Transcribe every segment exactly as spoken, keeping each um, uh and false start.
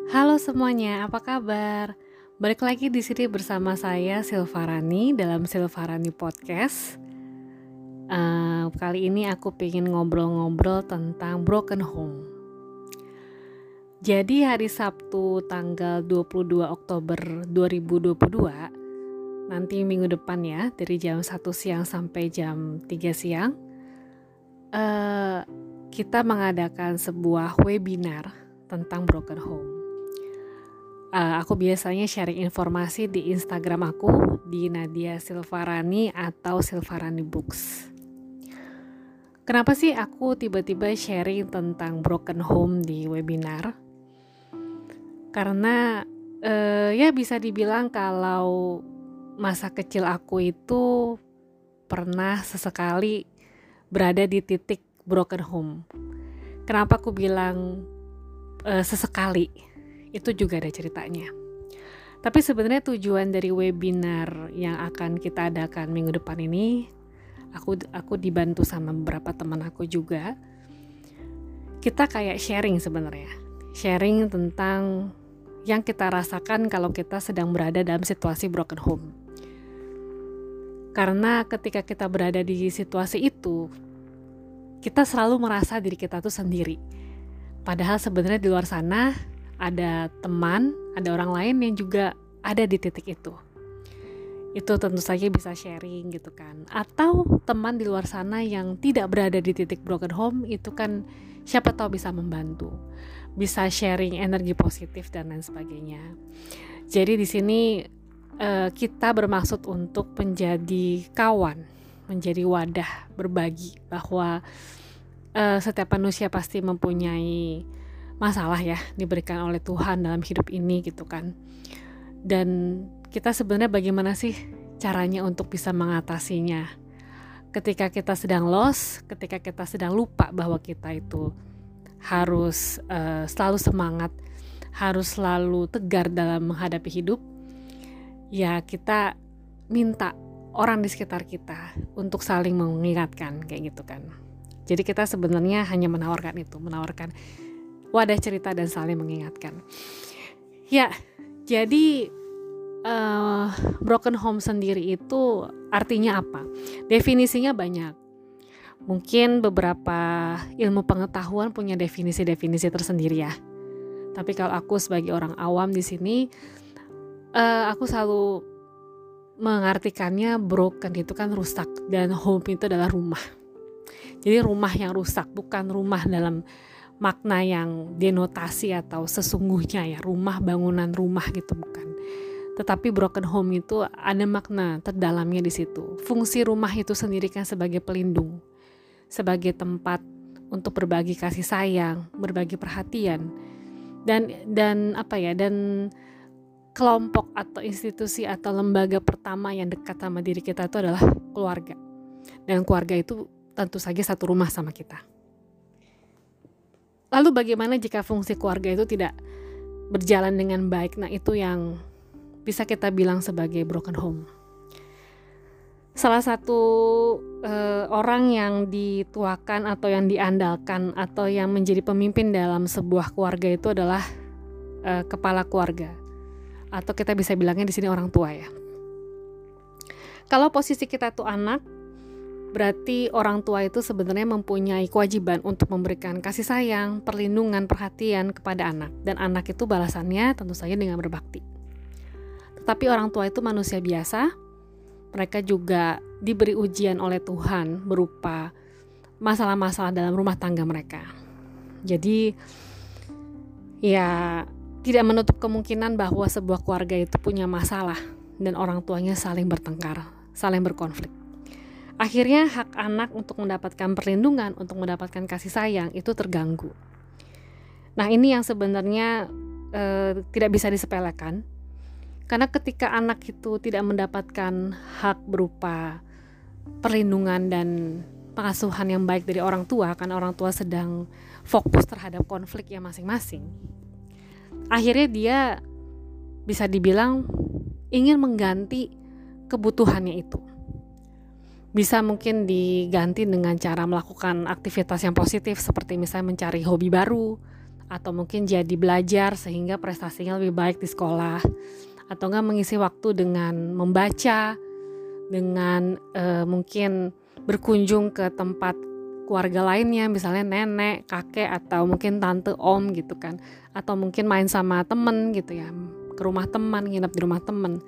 Halo semuanya, apa kabar? Balik lagi di sini bersama saya Silvarani dalam Silvarani Podcast. Uh, kali ini aku pengen ngobrol-ngobrol tentang broken home. Jadi hari Sabtu tanggal dua puluh dua Oktober dua ribu dua puluh dua, nanti minggu depan ya, dari jam satu siang sampai jam tiga siang, uh, kita mengadakan sebuah webinar tentang broken home. Uh, aku biasanya sharing informasi di Instagram aku di Nadia Silvarani atau Silvarani Books. Kenapa sih aku tiba-tiba sharing tentang broken home di webinar? Karena uh, ya bisa dibilang kalau masa kecil aku itu pernah sesekali berada di titik broken home. Kenapa aku bilang uh, sesekali? Itu juga ada ceritanya. Tapi sebenarnya tujuan dari webinar yang akan kita adakan minggu depan ini, aku aku dibantu sama beberapa teman aku juga. Kita kayak sharing sebenarnya, sharing tentang yang kita rasakan kalau kita sedang berada dalam situasi broken home. Karena ketika kita berada di situasi itu, kita selalu merasa diri kita tuh sendiri. Padahal sebenarnya di luar sana ada teman, ada orang lain yang juga ada di titik itu. Itu tentu saja bisa sharing gitu kan. Atau teman di luar sana yang tidak berada di titik broken home, itu kan siapa tahu bisa membantu. Bisa sharing energi positif dan lain sebagainya. Jadi di sini uh, kita bermaksud untuk menjadi kawan, menjadi wadah berbagi bahwa uh, setiap manusia pasti mempunyai masalah ya diberikan oleh Tuhan dalam hidup ini gitu kan. Dan kita sebenarnya bagaimana sih caranya untuk bisa mengatasinya ketika kita sedang lost, ketika kita sedang lupa bahwa kita itu harus uh, selalu semangat, harus selalu tegar dalam menghadapi hidup. Ya kita minta orang di sekitar kita untuk saling mengingatkan kayak gitu kan. Jadi kita sebenarnya hanya menawarkan itu, menawarkan wadah cerita dan saling mengingatkan. Ya, jadi uh, broken home sendiri itu artinya apa? Definisinya banyak. Mungkin beberapa ilmu pengetahuan punya definisi-definisi tersendiri ya. Tapi kalau aku sebagai orang awam di sini, uh, aku selalu mengartikannya broken itu kan rusak dan home itu adalah rumah. Jadi rumah yang rusak, bukan rumah dalam makna yang denotasi atau sesungguhnya ya, rumah, bangunan rumah gitu bukan. Tetapi broken home itu ada makna terdalamnya di situ. Fungsi rumah itu sendiri kan sebagai pelindung, sebagai tempat untuk berbagi kasih sayang, berbagi perhatian. Dan dan apa ya? Dan kelompok atau institusi atau lembaga pertama yang dekat sama diri kita itu adalah keluarga. Dan keluarga itu tentu saja satu rumah sama kita. Lalu bagaimana jika fungsi keluarga itu tidak berjalan dengan baik? Nah itu yang bisa kita bilang sebagai broken home. Salah satu uh, orang yang dituakan atau yang diandalkan atau yang menjadi pemimpin dalam sebuah keluarga itu adalah uh, kepala keluarga. Atau kita bisa bilangnya di sini orang tua ya. Kalau posisi kita itu anak, berarti orang tua itu sebenarnya mempunyai kewajiban untuk memberikan kasih sayang, perlindungan, perhatian kepada anak. Dan anak itu balasannya tentu saja dengan berbakti. Tetapi orang tua itu manusia biasa. Mereka juga diberi ujian oleh Tuhan berupa masalah-masalah dalam rumah tangga mereka. Jadi ya tidak menutup kemungkinan bahwa sebuah keluarga itu punya masalah dan orang tuanya saling bertengkar, saling berkonflik. Akhirnya hak anak untuk mendapatkan perlindungan, untuk mendapatkan kasih sayang itu terganggu. Nah ini yang sebenarnya e, tidak bisa disepelekan. Karena ketika anak itu tidak mendapatkan hak berupa perlindungan dan pengasuhan yang baik dari orang tua, karena orang tua sedang fokus terhadap konfliknya masing-masing. Akhirnya dia bisa dibilang ingin mengganti kebutuhannya itu. Bisa mungkin diganti dengan cara melakukan aktivitas yang positif seperti misalnya mencari hobi baru atau mungkin jadi belajar sehingga prestasinya lebih baik di sekolah, atau enggak mengisi waktu dengan membaca, dengan uh, mungkin berkunjung ke tempat keluarga lainnya, misalnya nenek, kakek, atau mungkin tante, om gitu kan, atau mungkin main sama temen gitu ya, ke rumah teman, nginep di rumah temen.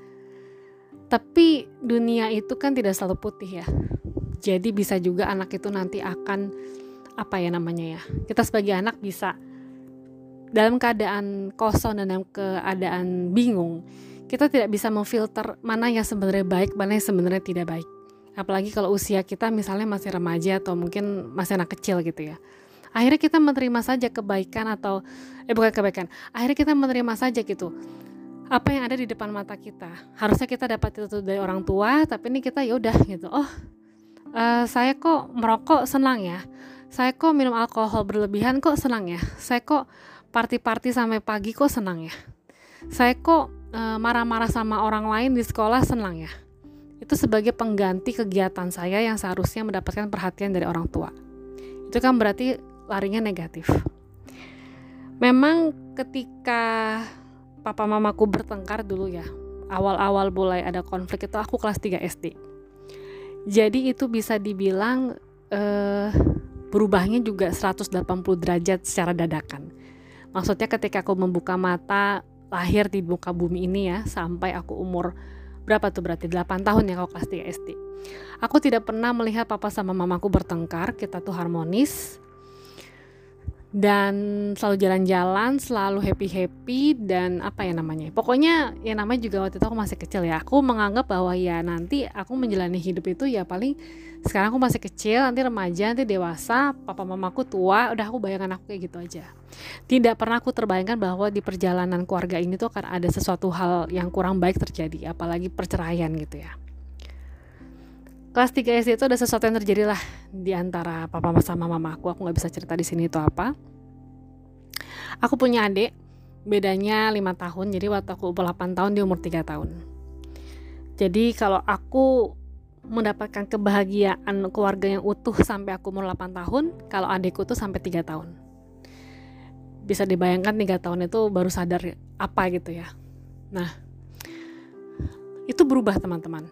Tapi dunia itu kan tidak selalu putih ya. Jadi bisa juga anak itu nanti akan apa ya namanya ya, kita sebagai anak bisa dalam keadaan kosong dan dalam keadaan bingung, kita tidak bisa memfilter mana yang sebenarnya baik, mana yang sebenarnya tidak baik. Apalagi kalau usia kita misalnya masih remaja atau mungkin masih anak kecil gitu ya. Akhirnya kita menerima saja kebaikan atau eh bukan kebaikan. Akhirnya kita menerima saja gitu apa yang ada di depan mata kita. Harusnya kita dapat itu dari orang tua, tapi ini kita ya udah gitu. Oh, uh, saya kok merokok senang ya. Saya kok minum alkohol berlebihan kok senang ya. Saya kok party-party sampai pagi kok senang ya. Saya kok uh, marah-marah sama orang lain di sekolah senang ya. Itu sebagai pengganti kegiatan saya yang seharusnya mendapatkan perhatian dari orang tua. Itu kan berarti larinya negatif. Memang ketika papa mamaku bertengkar dulu ya, awal-awal mulai ada konflik itu aku kelas tiga S D. Jadi itu bisa dibilang uh, berubahnya juga seratus delapan puluh derajat secara dadakan. Maksudnya ketika aku membuka mata, lahir di muka bumi ini ya, sampai aku umur berapa tuh berarti delapan tahun ya kalau kelas tiga S D. Aku tidak pernah melihat papa sama mamaku bertengkar, kita tuh harmonis. Dan selalu jalan-jalan, selalu happy-happy dan apa ya namanya. Pokoknya ya namanya juga waktu itu aku masih kecil ya. Aku menganggap bahwa ya nanti aku menjalani hidup itu ya paling sekarang aku masih kecil, nanti remaja, nanti dewasa, papa mamaku tua, udah aku bayangkan aku kayak gitu aja. Tidak pernah aku terbayangkan bahwa di perjalanan keluarga ini tuh akan ada sesuatu hal yang kurang baik terjadi, apalagi perceraian gitu ya. Kelas tiga S D itu ada sesuatu yang terjadi lah di antara papa sama mama aku. Aku nggak bisa cerita di sini itu apa. Aku punya adik, bedanya lima tahun. Jadi waktu aku umur delapan tahun, dia umur tiga tahun. Jadi kalau aku mendapatkan kebahagiaan keluarga yang utuh sampai aku umur delapan tahun, kalau adikku tuh sampai tiga tahun. Bisa dibayangkan tiga tahun itu baru sadar apa gitu ya. Nah, itu berubah teman-teman.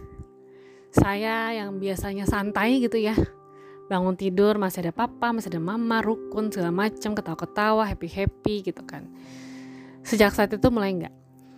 Saya yang biasanya santai gitu ya, bangun tidur masih ada papa, masih ada mama, rukun segala macam, ketawa-ketawa, happy-happy gitu kan. Sejak saat itu mulai enggak.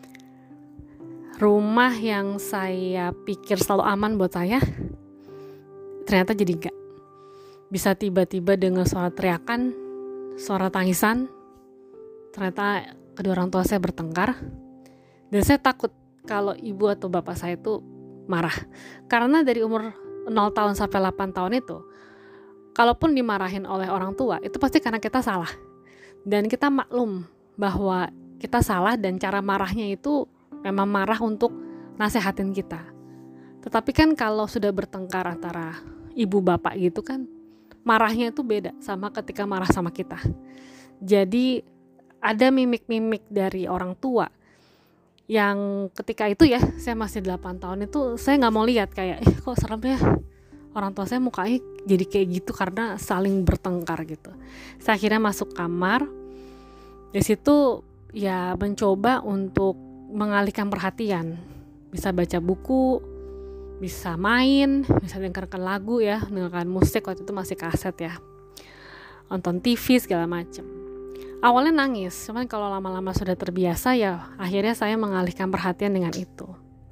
Rumah yang saya pikir selalu aman buat saya, ternyata jadi enggak. Bisa tiba-tiba dengar suara teriakan, suara tangisan. Ternyata kedua orang tua saya bertengkar. Dan saya takut kalau ibu atau bapak saya itu marah. Karena dari umur nol tahun sampai delapan tahun itu, kalaupun dimarahin oleh orang tua, itu pasti karena kita salah. Dan kita maklum bahwa kita salah dan cara marahnya itu memang marah untuk nasehatin kita. Tetapi kan kalau sudah bertengkar antara ibu bapak gitu kan, marahnya itu beda sama ketika marah sama kita. Jadi ada mimik-mimik dari orang tua yang ketika itu ya, saya masih delapan tahun itu, saya gak mau lihat kayak, eh kok serem ya, orang tua saya mukanya jadi kayak gitu karena saling bertengkar gitu. Saya akhirnya masuk kamar, di situ ya mencoba untuk mengalihkan perhatian, bisa baca buku, bisa main, bisa dengarkan lagu ya, dengarkan musik, waktu itu masih kaset ya, nonton T V segala macam. Awalnya nangis, cuman kalau lama-lama sudah terbiasa ya akhirnya saya mengalihkan perhatian dengan itu.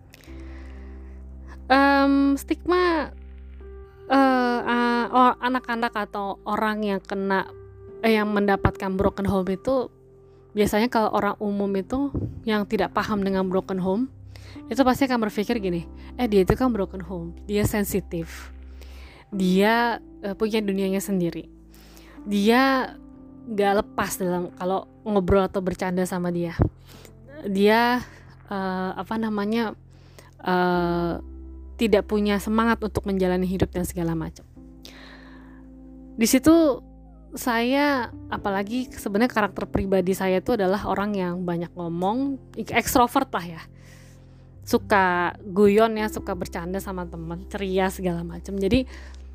Um, stigma uh, uh, anak-anak atau orang yang kena eh, yang mendapatkan broken home itu biasanya kalau orang umum itu yang tidak paham dengan broken home itu pasti akan berpikir gini, eh dia itu kan broken home, dia sensitif, dia uh, punya dunianya sendiri, dia gak lepas dalam kalau ngobrol atau bercanda sama dia, dia uh, apa namanya uh, tidak punya semangat untuk menjalani hidup dan segala macam. Di situ saya, apalagi sebenarnya karakter pribadi saya itu adalah orang yang banyak ngomong, ekstrovert lah ya, suka guyon ya, suka bercanda sama teman, ceria segala macam. Jadi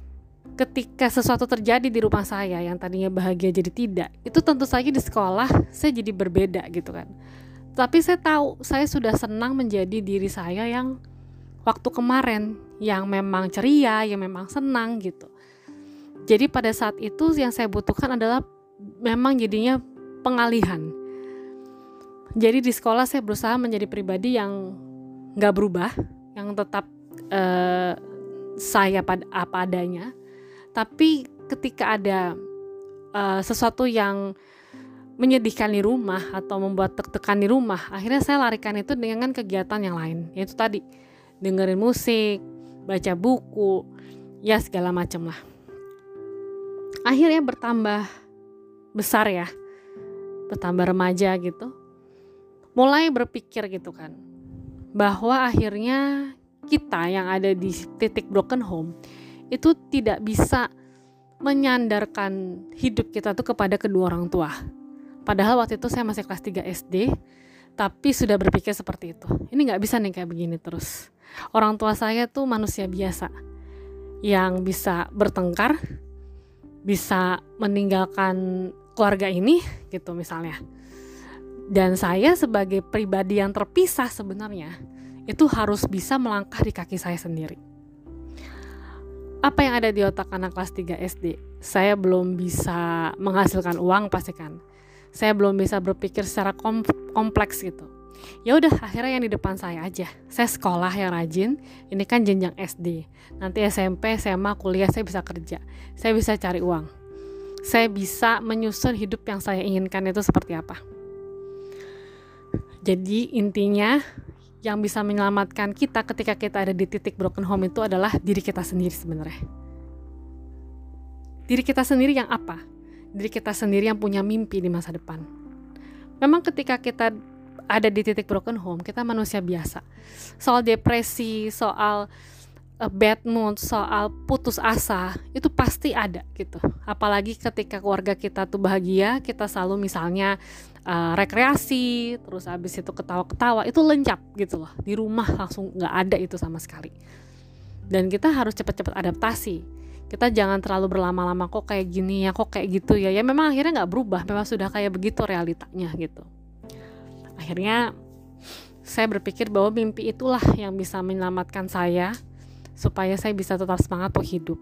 ketika sesuatu terjadi di rumah saya yang tadinya bahagia jadi tidak, itu tentu saja di sekolah saya jadi berbeda gitu kan. Tapi saya tahu saya sudah senang menjadi diri saya yang waktu kemarin, yang memang ceria, yang memang senang gitu. Jadi pada saat itu yang saya butuhkan adalah memang jadinya pengalihan. Jadi di sekolah saya berusaha menjadi pribadi yang gak berubah, yang tetap uh, saya pada apa adanya. Tapi ketika ada uh, sesuatu yang menyedihkan di rumah atau membuat tertekan di rumah, akhirnya saya larikan itu dengan kegiatan yang lain, yaitu tadi dengerin musik, baca buku, ya segala macam lah. Akhirnya bertambah besar ya, bertambah remaja gitu, mulai berpikir gitu kan, bahwa akhirnya kita yang ada di titik broken home itu tidak bisa menyandarkan hidup kita tuh kepada kedua orang tua. Padahal waktu itu saya masih kelas tiga S D, tapi sudah berpikir seperti itu. Ini gak bisa nih kayak begini terus. Orang tua saya tuh manusia biasa yang bisa bertengkar, bisa meninggalkan keluarga ini gitu misalnya. Dan saya sebagai pribadi yang terpisah sebenarnya itu harus bisa melangkah di kaki saya sendiri. Apa yang ada di otak anak kelas tiga S D? Saya belum bisa menghasilkan uang pastikan. Saya belum bisa berpikir secara kom- kompleks gitu. Ya udah, akhirnya yang di depan saya aja. Saya sekolah yang rajin. Ini kan jenjang S D. Nanti S M P, S M A, kuliah saya bisa kerja. Saya bisa cari uang. Saya bisa menyusun hidup yang saya inginkan itu seperti apa. Jadi intinya yang bisa menyelamatkan kita ketika kita ada di titik broken home itu adalah diri kita sendiri sebenarnya. Diri kita sendiri yang apa? Diri kita sendiri yang punya mimpi di masa depan. Memang ketika kita ada di titik broken home, kita manusia biasa. Soal depresi, soal uh, bad mood, soal putus asa, itu pasti ada gitu. Apalagi ketika keluarga kita tuh bahagia, kita selalu misalnya uh, rekreasi, terus habis itu ketawa-ketawa, itu lenyap gitu loh. Di rumah langsung gak ada itu sama sekali. Dan kita harus cepat-cepat adaptasi. Kita jangan terlalu berlama-lama kok kayak gini ya, kok kayak gitu ya. Ya memang akhirnya gak berubah, memang sudah kayak begitu realitanya gitu. Akhirnya saya berpikir bahwa mimpi itulah yang bisa menyelamatkan saya supaya saya bisa tetap semangat untuk hidup.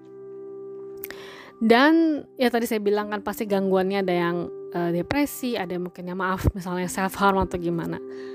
Dan ya tadi saya bilang kan pasti gangguannya ada yang uh, depresi, ada yang mungkin yang maaf misalnya self harm atau gimana.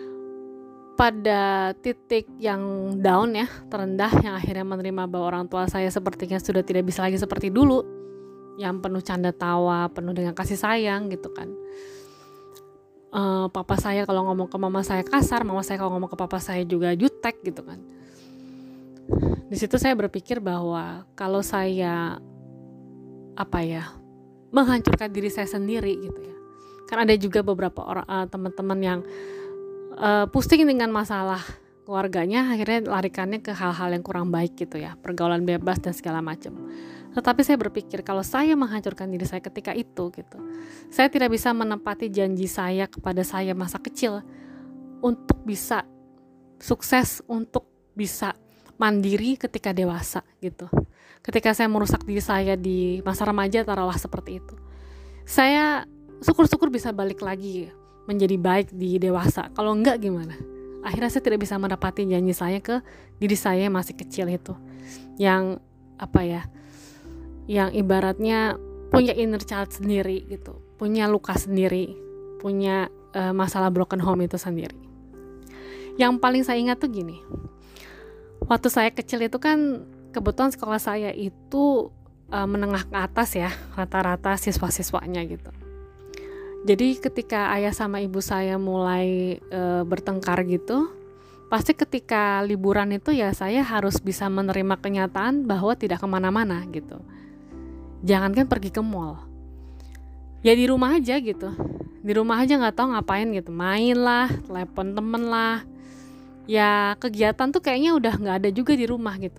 Pada titik yang down ya, terendah, yang akhirnya menerima bahwa orang tua saya sepertinya sudah tidak bisa lagi seperti dulu, yang penuh canda tawa, penuh dengan kasih sayang gitu kan. Uh, papa saya kalau ngomong ke mama saya kasar, mama saya kalau ngomong ke papa saya juga jutek gitu kan. Di situ saya berpikir bahwa kalau saya apa ya menghancurkan diri saya sendiri gitu ya, kan ada juga beberapa orang uh, teman-teman yang uh, pusing dengan masalah keluarganya, akhirnya larikannya ke hal-hal yang kurang baik gitu ya, pergaulan bebas dan segala macam. Tetapi saya berpikir kalau saya menghancurkan diri saya ketika itu gitu, saya tidak bisa menepati janji saya kepada saya masa kecil untuk bisa sukses, untuk bisa mandiri ketika dewasa gitu. Ketika saya merusak diri saya di masa remaja, taruhlah seperti itu, saya syukur-syukur bisa balik lagi menjadi baik di dewasa. Kalau enggak gimana? Akhirnya saya tidak bisa menepati janji saya ke diri saya yang masih kecil itu, yang apa ya, yang ibaratnya punya inner child sendiri gitu, punya luka sendiri, punya uh, masalah broken home itu sendiri. Yang paling saya ingat tuh gini, waktu saya kecil itu kan kebetulan sekolah saya itu uh, menengah ke atas ya, rata-rata siswa-siswanya gitu. Jadi ketika ayah sama ibu saya mulai uh, bertengkar gitu, pasti ketika liburan itu ya saya harus bisa menerima kenyataan bahwa tidak kemana-mana gitu. Jangankan pergi ke mall, ya di rumah aja gitu, di rumah aja nggak tahu ngapain gitu, main lah, telepon temen lah, ya kegiatan tuh kayaknya udah nggak ada juga di rumah gitu.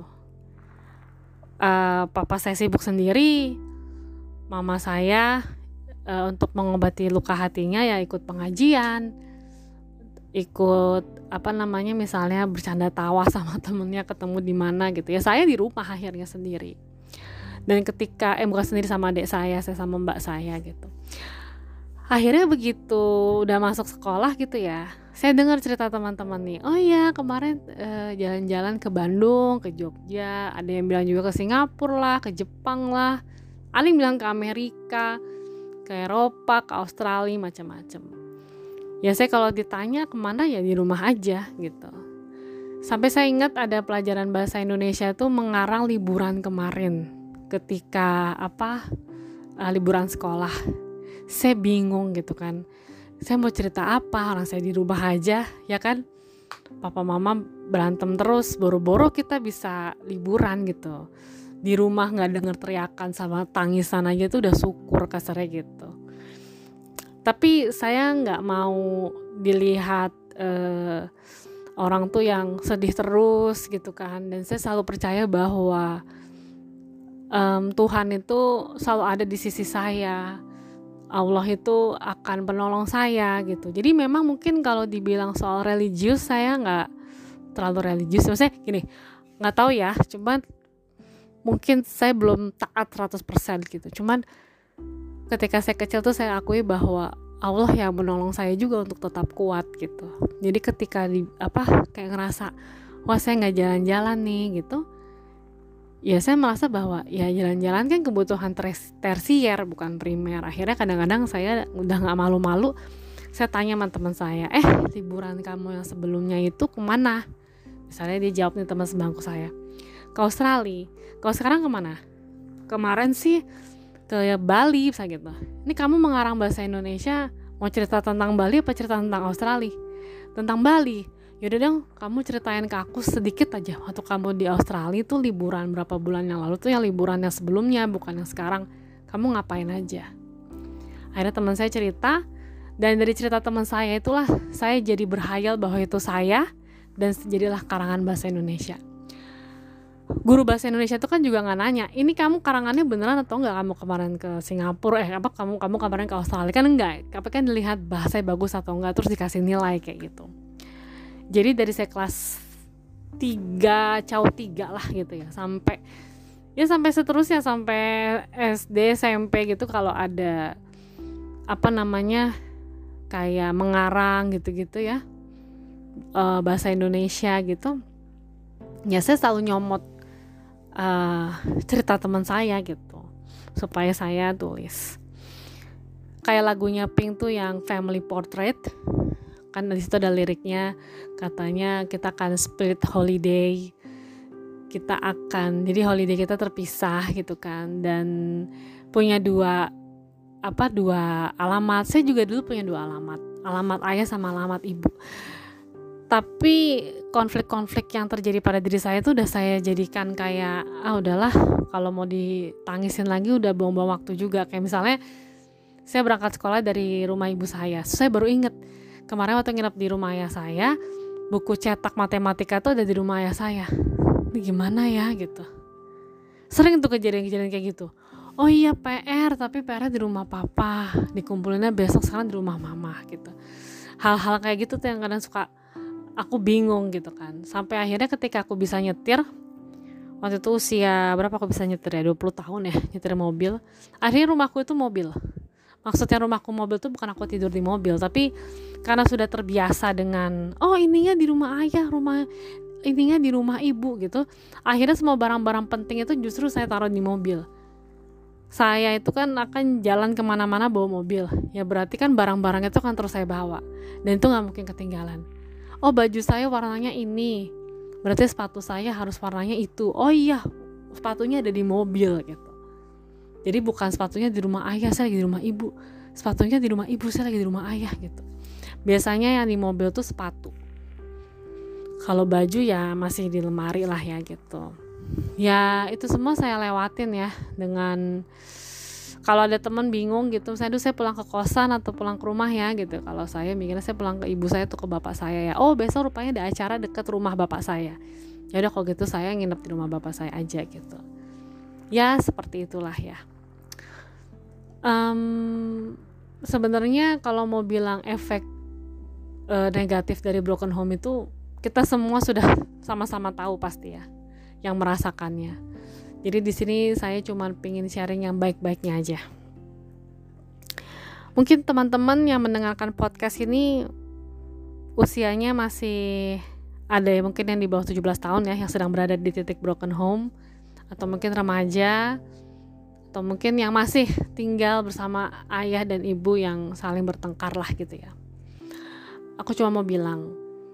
Uh, papa saya sibuk sendiri, mama saya uh, untuk mengobati luka hatinya ya ikut pengajian, ikut apa namanya misalnya bercanda tawa sama temennya ketemu di mana gitu ya. Saya di rumah akhirnya sendiri. Dan ketika eh bukan sendiri sama adik saya, saya sama mbak saya gitu. Akhirnya begitu udah masuk sekolah gitu ya, saya dengar cerita teman-teman nih, oh iya kemarin eh, jalan-jalan ke Bandung, ke Jogja, ada yang bilang juga ke Singapura lah, ke Jepang lah, ada yang bilang ke Amerika, ke Eropa, ke Australia, macam-macam. Ya saya kalau ditanya kemana ya di rumah aja gitu. Sampai saya ingat ada pelajaran bahasa Indonesia tuh mengarang liburan kemarin ketika apa uh, liburan sekolah. Saya bingung gitu kan. Saya mau cerita apa, orang saya di rumah aja, ya kan? Papa mama berantem terus, boro-boro kita bisa liburan gitu. Di rumah nggak denger teriakan sama tangisan aja tuh udah syukur kasarnya gitu. Tapi saya nggak mau dilihat eh, orang tuh yang sedih terus gitu kan. Dan saya selalu percaya bahwa um, Tuhan itu selalu ada di sisi saya. Allah itu akan penolong saya gitu. Jadi memang mungkin kalau dibilang soal religius saya nggak terlalu religius. Maksudnya gini, nggak tahu ya. Cuman mungkin saya belum taat seratus persen gitu. Cuman ketika saya kecil tuh saya akui bahwa Allah yang menolong saya juga untuk tetap kuat gitu. Jadi ketika di apa kayak ngerasa wah saya nggak jalan-jalan nih gitu. Ya saya merasa bahwa ya jalan-jalan kan kebutuhan tersier bukan primer. Akhirnya kadang-kadang saya udah gak malu-malu, saya tanya sama teman saya, eh liburan kamu yang sebelumnya itu kemana? Misalnya dia jawab nih teman sebangku saya, ke Australia. Kalau sekarang kemana? Kemarin sih ke Bali misalnya gitu. Ini kamu mengarang bahasa Indonesia mau cerita tentang Bali apa cerita tentang Australia? Tentang Bali. Yaudah dong, kamu ceritain ke aku sedikit aja waktu kamu di Australia tuh liburan berapa bulan yang lalu tuh yang liburan yang sebelumnya bukan yang sekarang, kamu ngapain aja. Akhirnya teman saya cerita, dan dari cerita teman saya itulah saya jadi berhayal bahwa itu saya, dan jadilah karangan bahasa Indonesia. Guru bahasa Indonesia itu kan juga nggak nanya, ini kamu karangannya beneran atau enggak, kamu kemarin ke Singapura, eh apa kamu kamu kemarin ke Australia, kan enggak, tapi kan dilihat bahasanya bagus atau enggak terus dikasih nilai kayak gitu. Jadi dari saya kelas tiga, caw tiga lah gitu ya, sampai ya sampai seterusnya sampai S D, S M P gitu, kalau ada apa namanya kayak mengarang gitu-gitu ya, e, bahasa Indonesia gitu, ya saya selalu nyomot e, cerita teman saya gitu supaya saya tulis. Kayak lagunya Pink tuh yang Family Portrait, kan di situ ada liriknya, katanya kita akan split holiday, kita akan jadi holiday kita terpisah gitu kan, dan punya dua apa dua alamat. Saya juga dulu punya dua alamat, alamat ayah sama alamat ibu. Tapi konflik-konflik yang terjadi pada diri saya itu udah saya jadikan kayak ah udahlah, kalau mau ditangisin lagi udah buang-buang waktu juga. Kayak misalnya saya berangkat sekolah dari rumah ibu saya, saya baru inget kemarin waktu nginep di rumah ayah saya, buku cetak matematika tuh ada di rumah ayah saya. Ini gimana ya gitu. Sering tuh kejadian-kejadian kayak gitu. Oh iya P R, tapi P R-nya di rumah papa, dikumpulinnya besok sekarang di rumah mama gitu. Hal-hal kayak gitu tuh yang kadang suka aku bingung gitu kan. Sampai akhirnya ketika aku bisa nyetir, waktu itu usia berapa aku bisa nyetir ya, dua puluh tahun ya, nyetir mobil. Akhirnya rumahku itu mobil. Maksudnya rumahku mobil tuh bukan aku tidur di mobil, tapi karena sudah terbiasa dengan oh ininya di rumah ayah, rumah ininya di rumah ibu gitu. Akhirnya semua barang-barang penting itu justru saya taruh di mobil. Saya itu kan akan jalan kemana-mana bawa mobil, ya berarti kan barang-barang itu kan terus saya bawa, dan itu nggak mungkin ketinggalan. Oh baju saya warnanya ini, berarti sepatu saya harus warnanya itu. Oh iya, sepatunya ada di mobil gitu. Jadi bukan sepatunya di rumah ayah, saya lagi di rumah ibu. Sepatunya di rumah ibu, saya lagi di rumah ayah gitu. Biasanya yang di mobil tuh sepatu. Kalau baju ya masih di lemari lah ya gitu. Ya itu semua saya lewatin ya dengan kalau ada teman bingung gitu. Misalnya dulu saya pulang ke kosan atau pulang ke rumah ya gitu. Kalau saya mikirnya saya pulang ke ibu saya tuh ke bapak saya ya. Oh besok rupanya ada acara dekat rumah bapak saya. Ya udah kalau gitu saya nginep di rumah bapak saya aja gitu. Ya seperti itulah ya. Um, sebenarnya kalau mau bilang efek uh, negatif dari broken home itu kita semua sudah sama-sama tahu pasti ya, yang merasakannya. Jadi di sini saya cuma pengen sharing yang baik-baiknya aja. Mungkin teman-teman yang mendengarkan podcast ini usianya masih ada ya, mungkin yang di bawah tujuh belas tahun ya, yang sedang berada di titik broken home, atau mungkin remaja, atau mungkin yang masih tinggal bersama ayah dan ibu yang saling bertengkar lah gitu ya. Aku cuma mau bilang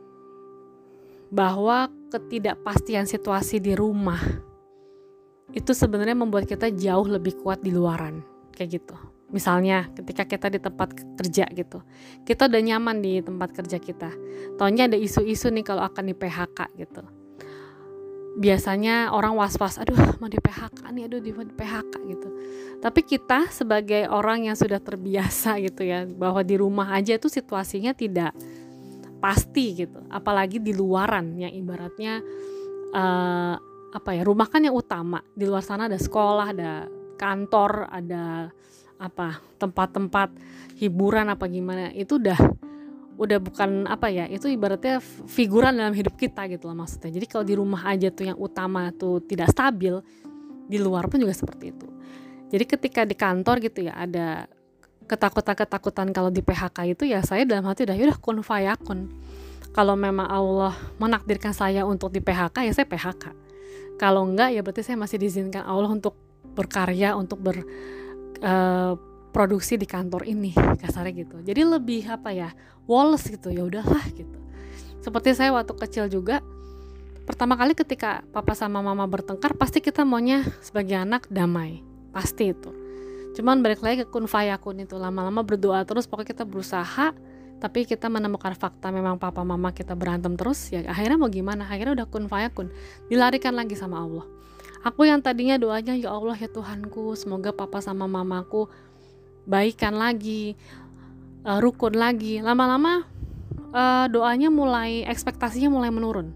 bahwa ketidakpastian situasi di rumah itu sebenarnya membuat kita jauh lebih kuat di luaran, kayak gitu. Misalnya ketika kita di tempat kerja gitu, kita udah nyaman di tempat kerja kita, taunya ada isu-isu nih kalau akan di P H K gitu. Biasanya orang was-was, aduh mau di P H K nih, aduh di P H K gitu. Tapi kita sebagai orang yang sudah terbiasa gitu ya, bahwa di rumah aja tuh situasinya tidak pasti gitu, apalagi di luaran yang ibaratnya uh, apa ya, rumah kan yang utama, di luar sana ada sekolah, ada kantor, ada apa tempat-tempat hiburan apa gimana, itu udah udah bukan apa ya, itu ibaratnya figuran dalam hidup kita gitu lah maksudnya. Jadi kalau di rumah aja tuh yang utama tuh tidak stabil, di luar pun juga seperti itu. Jadi ketika di kantor gitu ya ada ketakutan-ketakutan kalau di P H K itu, ya saya dalam hati udah yaudah kun fayakun. Kalau memang Allah menakdirkan saya untuk di P H K, ya saya P H K. Kalau enggak, ya berarti saya masih diizinkan Allah untuk berkarya, untuk berproduksi uh, di kantor ini, kasarnya gitu. Jadi lebih apa ya, woles gitu, ya udahlah gitu. Seperti saya waktu kecil juga, pertama kali ketika papa sama mama bertengkar, pasti kita maunya sebagai anak damai, pasti itu. Cuman balik lagi ke kun fayakun itu, lama-lama berdoa terus, pokoknya kita berusaha. Tapi kita menemukan fakta memang papa mama kita berantem terus, ya akhirnya mau gimana, akhirnya udah kun fayakun, dilarikan lagi sama Allah. Aku yang tadinya doanya, ya Allah ya Tuhanku, semoga papa sama mamaku baikan lagi, uh, rukun lagi. Lama-lama uh, doanya mulai, ekspektasinya mulai menurun.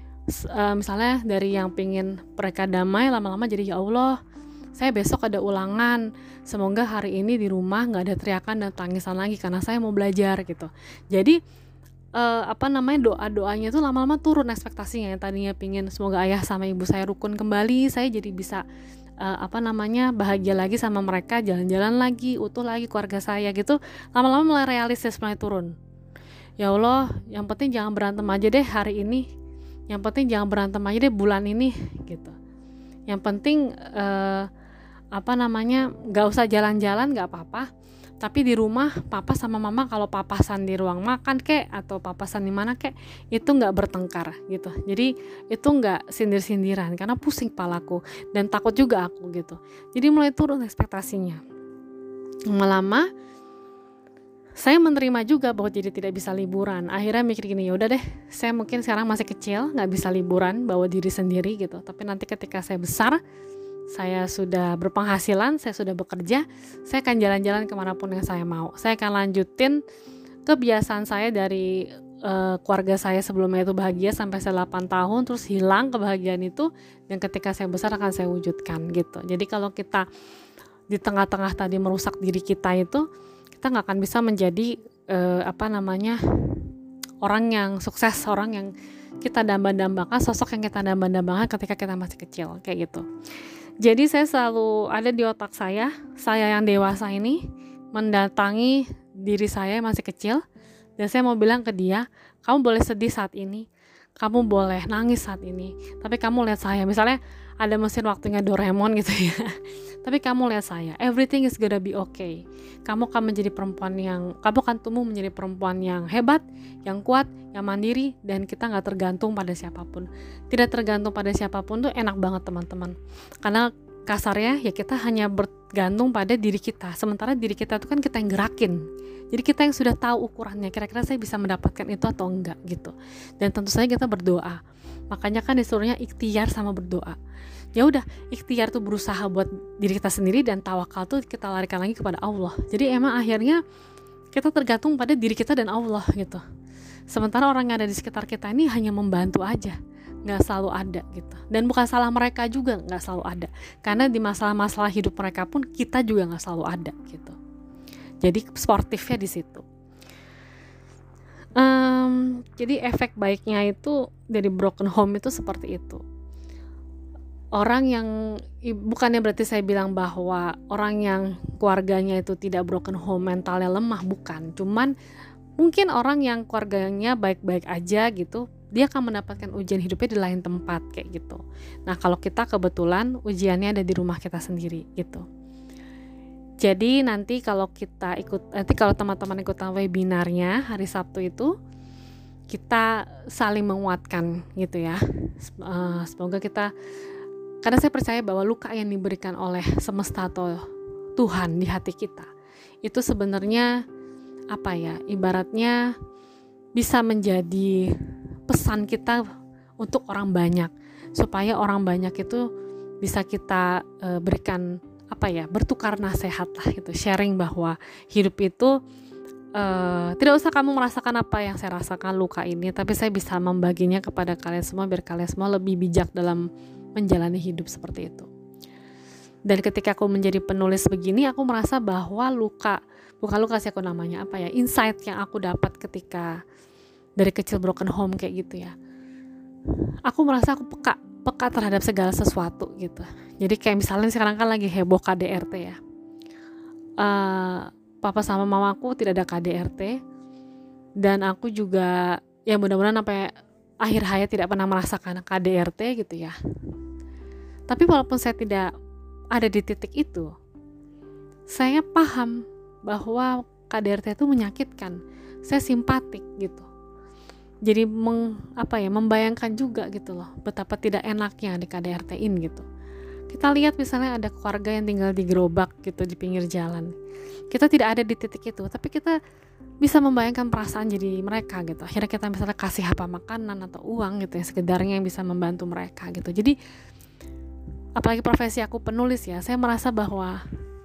Uh, misalnya dari yang pingin mereka damai, lama-lama jadi ya Allah, saya besok ada ulangan, semoga hari ini di rumah gak ada teriakan dan tangisan lagi karena saya mau belajar gitu. Jadi uh, apa namanya, doa-doanya tuh lama-lama turun ekspektasinya. Yang tadinya pingin semoga ayah sama ibu saya rukun kembali, saya jadi bisa uh, apa namanya bahagia lagi sama mereka, jalan-jalan lagi, utuh lagi keluarga saya gitu. Lama-lama mulai realistis, mulai turun. Ya Allah, yang penting jangan berantem aja deh hari ini, yang penting jangan berantem aja deh bulan ini gitu. Yang penting uh, apa namanya gak usah jalan-jalan, gak apa-apa, tapi di rumah papa sama mama kalau papasan di ruang makan kek atau papasan di mana kek, itu gak bertengkar gitu. Jadi itu gak sindir-sindiran karena pusing kepalaku dan takut juga aku gitu. Jadi mulai turun ekspektasinya. Lama-lama saya menerima juga bahwa jadi tidak bisa liburan. Akhirnya mikir gini, ya udah deh, saya mungkin sekarang masih kecil, nggak bisa liburan, bawa diri sendiri gitu. Tapi nanti ketika saya besar, saya sudah berpenghasilan, saya sudah bekerja, saya akan jalan-jalan kemanapun yang saya mau. Saya akan lanjutin kebiasaan saya dari uh, keluarga saya sebelumnya itu bahagia sampai saya delapan tahun, terus hilang kebahagiaan itu, dan ketika saya besar akan saya wujudkan gitu. Jadi kalau kita di tengah-tengah tadi merusak diri kita itu, kita nggak akan bisa menjadi uh, apa namanya orang yang sukses, orang yang kita damba-dambakan, sosok yang kita damba-dambakan ketika kita masih kecil, kayak gitu. Jadi saya selalu ada di otak saya, saya yang dewasa ini mendatangi diri saya yang masih kecil, dan saya mau bilang ke dia, kamu boleh sedih saat ini, kamu boleh nangis saat ini, tapi kamu lihat saya, misalnya ada mesin waktunya Doraemon gitu ya, tapi kamu lihat saya, everything is gonna be okay. Kamu akan menjadi perempuan yang, kamu akan tumbuh menjadi perempuan yang hebat, yang kuat, yang mandiri, dan kita gak tergantung pada siapapun. Tidak tergantung pada siapapun tuh enak banget teman-teman, karena kasarnya ya kita hanya bergantung pada diri kita, sementara diri kita itu kan kita yang gerakin. Jadi kita yang sudah tahu ukurannya, kira-kira saya bisa mendapatkan itu atau enggak gitu. Dan tentu saja kita berdoa. Makanya kan disuruhnya ikhtiar sama berdoa. Ya udah, ikhtiar tuh berusaha buat diri kita sendiri, dan tawakal tuh kita larikan lagi kepada Allah. Jadi emang akhirnya kita tergantung pada diri kita dan Allah gitu. Sementara orang yang ada di sekitar kita ini hanya membantu aja, nggak selalu ada gitu. Dan bukan salah mereka juga, nggak selalu ada. Karena di masalah-masalah hidup mereka pun kita juga nggak selalu ada gitu. Jadi sportifnya di situ. Um, jadi efek baiknya itu dari broken home itu seperti itu. orang yang bukannya berarti saya bilang bahwa orang yang keluarganya itu tidak broken home mentalnya lemah, bukan. Cuman mungkin orang yang keluarganya baik-baik aja gitu, dia akan mendapatkan ujian hidupnya di lain tempat kayak gitu. Nah, kalau kita kebetulan ujiannya ada di rumah kita sendiri gitu. Jadi nanti kalau kita ikut, nanti kalau teman-teman ikutan webinarnya hari Sabtu itu, kita saling menguatkan gitu ya. Semoga kita, karena saya percaya bahwa luka yang diberikan oleh semesta atau Tuhan di hati kita itu sebenarnya apa ya, ibaratnya bisa menjadi pesan kita untuk orang banyak, supaya orang banyak itu bisa kita e, berikan apa ya, bertukar nasihat lah gitu, sharing bahwa hidup itu e, tidak usah kamu merasakan apa yang saya rasakan, luka ini, tapi saya bisa membaginya kepada kalian semua biar kalian semua lebih bijak dalam menjalani hidup seperti itu. Dan ketika aku menjadi penulis begini, aku merasa bahwa luka, bukan luka sih aku namanya apa ya, insight yang aku dapat ketika dari kecil broken home kayak gitu ya, aku merasa aku peka peka terhadap segala sesuatu gitu. Jadi kayak misalnya sekarang kan lagi heboh K D R T ya, uh, papa sama mamaku tidak ada K D R T, dan aku juga ya mudah-mudahan sampai akhir hayat tidak pernah merasakan K D R T gitu ya. Tapi walaupun saya tidak ada di titik itu, saya paham bahwa K D R T itu menyakitkan. Saya simpatik gitu. Jadi meng, apa ya, membayangkan juga gitu loh betapa tidak enaknya di K D R T-in gitu. Kita lihat misalnya ada keluarga yang tinggal di gerobak gitu di pinggir jalan. Kita tidak ada di titik itu, tapi kita bisa membayangkan perasaan jadi mereka gitu. Akhirnya kita misalnya kasih apa makanan atau uang gitu ya, sekedarnya yang bisa membantu mereka gitu. Jadi apalagi profesi aku penulis ya, saya merasa bahwa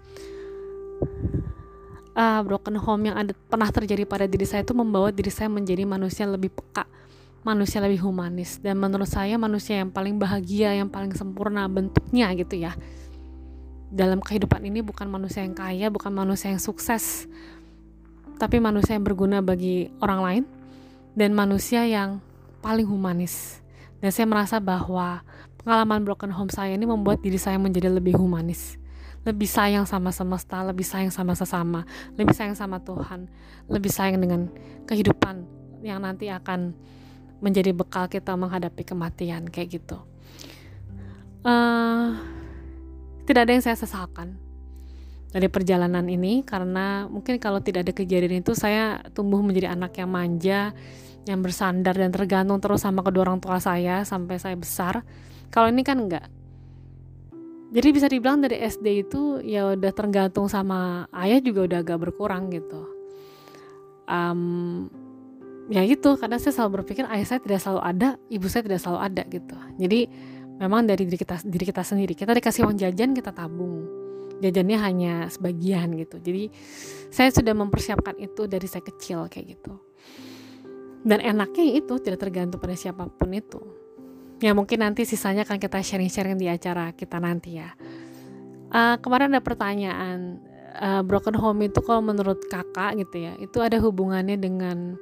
Uh, broken home yang ada pernah terjadi pada diri saya itu membawa diri saya menjadi manusia lebih peka, manusia lebih humanis, dan menurut saya manusia yang paling bahagia, yang paling sempurna bentuknya gitu ya dalam kehidupan ini bukan manusia yang kaya, bukan manusia yang sukses, tapi manusia yang berguna bagi orang lain dan manusia yang paling humanis. Dan saya merasa bahwa pengalaman broken home saya ini membuat diri saya menjadi lebih humanis, lebih sayang sama semesta, lebih sayang sama sesama, lebih sayang sama Tuhan, lebih sayang dengan kehidupan yang nanti akan menjadi bekal kita menghadapi kematian kayak gitu. Uh, tidak ada yang saya sesalkan dari perjalanan ini, karena mungkin kalau tidak ada kejadian itu saya tumbuh menjadi anak yang manja, yang bersandar dan tergantung terus sama kedua orang tua saya sampai saya besar. Kalau ini kan enggak. Jadi bisa dibilang dari S D itu ya udah tergantung sama ayah juga udah agak berkurang gitu. Um, ya gitu, karena saya selalu berpikir ayah saya tidak selalu ada, ibu saya tidak selalu ada gitu. Jadi memang dari diri kita diri kita sendiri, kita dikasih uang jajan kita tabung, jajannya hanya sebagian gitu. Jadi saya sudah mempersiapkan itu dari saya kecil kayak gitu. Dan enaknya itu tidak tergantung pada siapapun itu. Ya mungkin nanti sisanya akan kita sharing-sharing di acara kita nanti ya. Uh, kemarin ada pertanyaan, uh, broken home itu kalau menurut kakak gitu ya, itu ada hubungannya dengan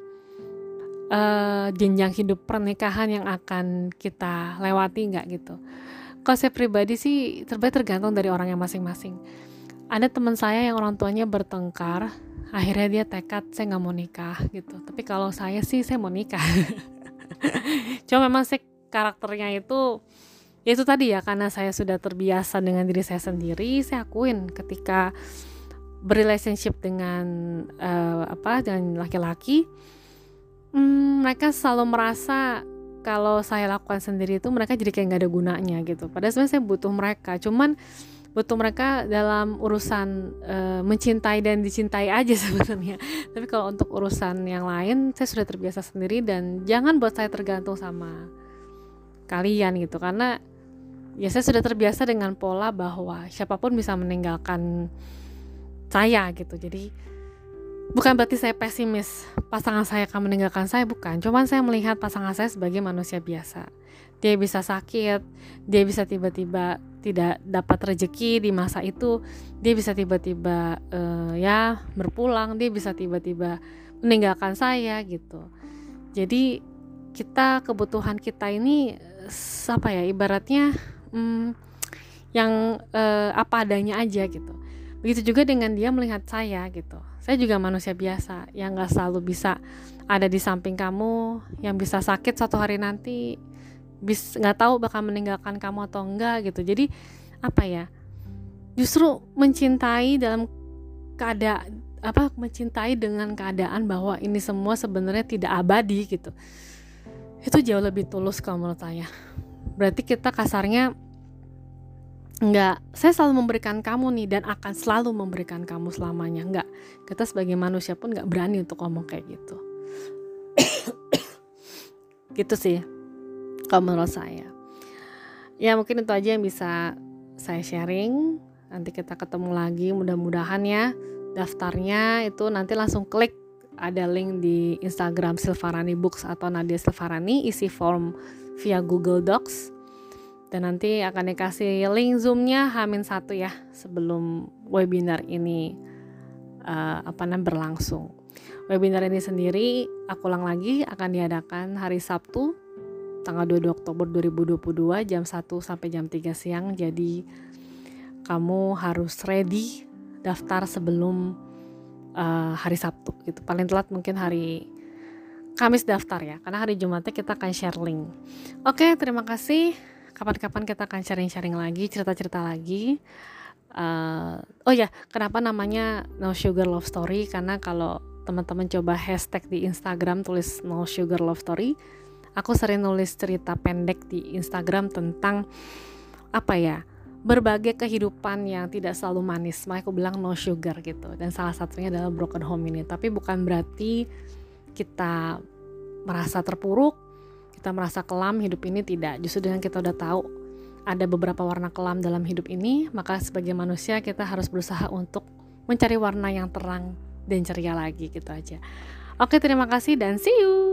uh, jenjang hidup pernikahan yang akan kita lewati nggak gitu. Kalau saya pribadi sih terbaik tergantung dari orang yang masing-masing. Ada teman saya yang orang tuanya bertengkar, akhirnya dia tekad saya nggak mau nikah gitu. Tapi kalau saya sih saya mau nikah. Cuma memang saya karakternya itu ya itu tadi ya, karena saya sudah terbiasa dengan diri saya sendiri. Saya akuin ketika berrelationship dengan uh, apa dengan laki-laki, hmm, mereka selalu merasa kalau saya lakukan sendiri itu mereka jadi kayak nggak ada gunanya gitu. Padahal sebenarnya saya butuh mereka, cuman butuh mereka dalam urusan uh, mencintai dan dicintai aja sebenarnya. Tapi kalau untuk urusan yang lain saya sudah terbiasa sendiri, dan jangan buat saya tergantung sama kalian gitu, karena ya saya sudah terbiasa dengan pola bahwa siapapun bisa meninggalkan saya gitu. Jadi bukan berarti saya pesimis pasangan saya akan meninggalkan saya, bukan. Cuman saya melihat pasangan saya sebagai manusia biasa. Dia bisa sakit, dia bisa tiba-tiba tidak dapat rezeki di masa itu, dia bisa tiba-tiba uh, ya berpulang, dia bisa tiba-tiba meninggalkan saya gitu. Jadi kita, kebutuhan kita ini apa ya, ibaratnya hmm, yang uh, apa adanya aja gitu. Begitu juga dengan dia melihat saya gitu. Saya juga manusia biasa yang gak selalu bisa ada di samping kamu, yang bisa sakit suatu hari nanti, bis gak tahu bakal meninggalkan kamu atau enggak gitu. Jadi apa ya, justru mencintai dalam keadaan apa mencintai dengan keadaan bahwa ini semua sebenarnya tidak abadi gitu, itu jauh lebih tulus kalau menurut saya. Berarti kita kasarnya enggak, saya selalu memberikan kamu nih dan akan selalu memberikan kamu selamanya. Enggak, kita sebagai manusia pun enggak berani untuk ngomong kayak gitu. Gitu sih kalau menurut saya. Ya mungkin itu aja yang bisa saya sharing. Nanti kita ketemu lagi mudah-mudahan ya. Daftarnya itu nanti langsung klik, ada link di Instagram Silvarani Books atau Nadia Silvarani, isi form via Google Docs. Dan nanti akan dikasih link Zoom-nya H minus satu ya sebelum webinar ini uh, apa namanya berlangsung. Webinar ini sendiri, aku ulang lagi, akan diadakan hari Sabtu tanggal dua puluh dua Oktober dua ribu dua puluh dua jam satu sampai jam tiga siang. Jadi kamu harus ready daftar sebelum uh, hari Sabtu gitu. Paling telat mungkin hari Kamis daftar ya, karena hari Jumatnya kita akan share link. Oke, terima kasih. Kapan-kapan kita akan sharing-sharing lagi, cerita-cerita lagi. Uh, oh ya, kenapa namanya No Sugar Love Story? Karena kalau teman-teman coba hashtag di Instagram tulis No Sugar Love Story, aku sering nulis cerita pendek di Instagram tentang apa ya, berbagai kehidupan yang tidak selalu manis. Makanya aku bilang no sugar gitu. Dan salah satunya adalah broken home ini. Tapi bukan berarti kita merasa terpuruk, kita merasa kelam hidup ini, tidak. Justru dengan kita udah tahu ada beberapa warna kelam dalam hidup ini, maka sebagai manusia kita harus berusaha untuk mencari warna yang terang dan ceria lagi gitu aja. Oke, terima kasih dan see you.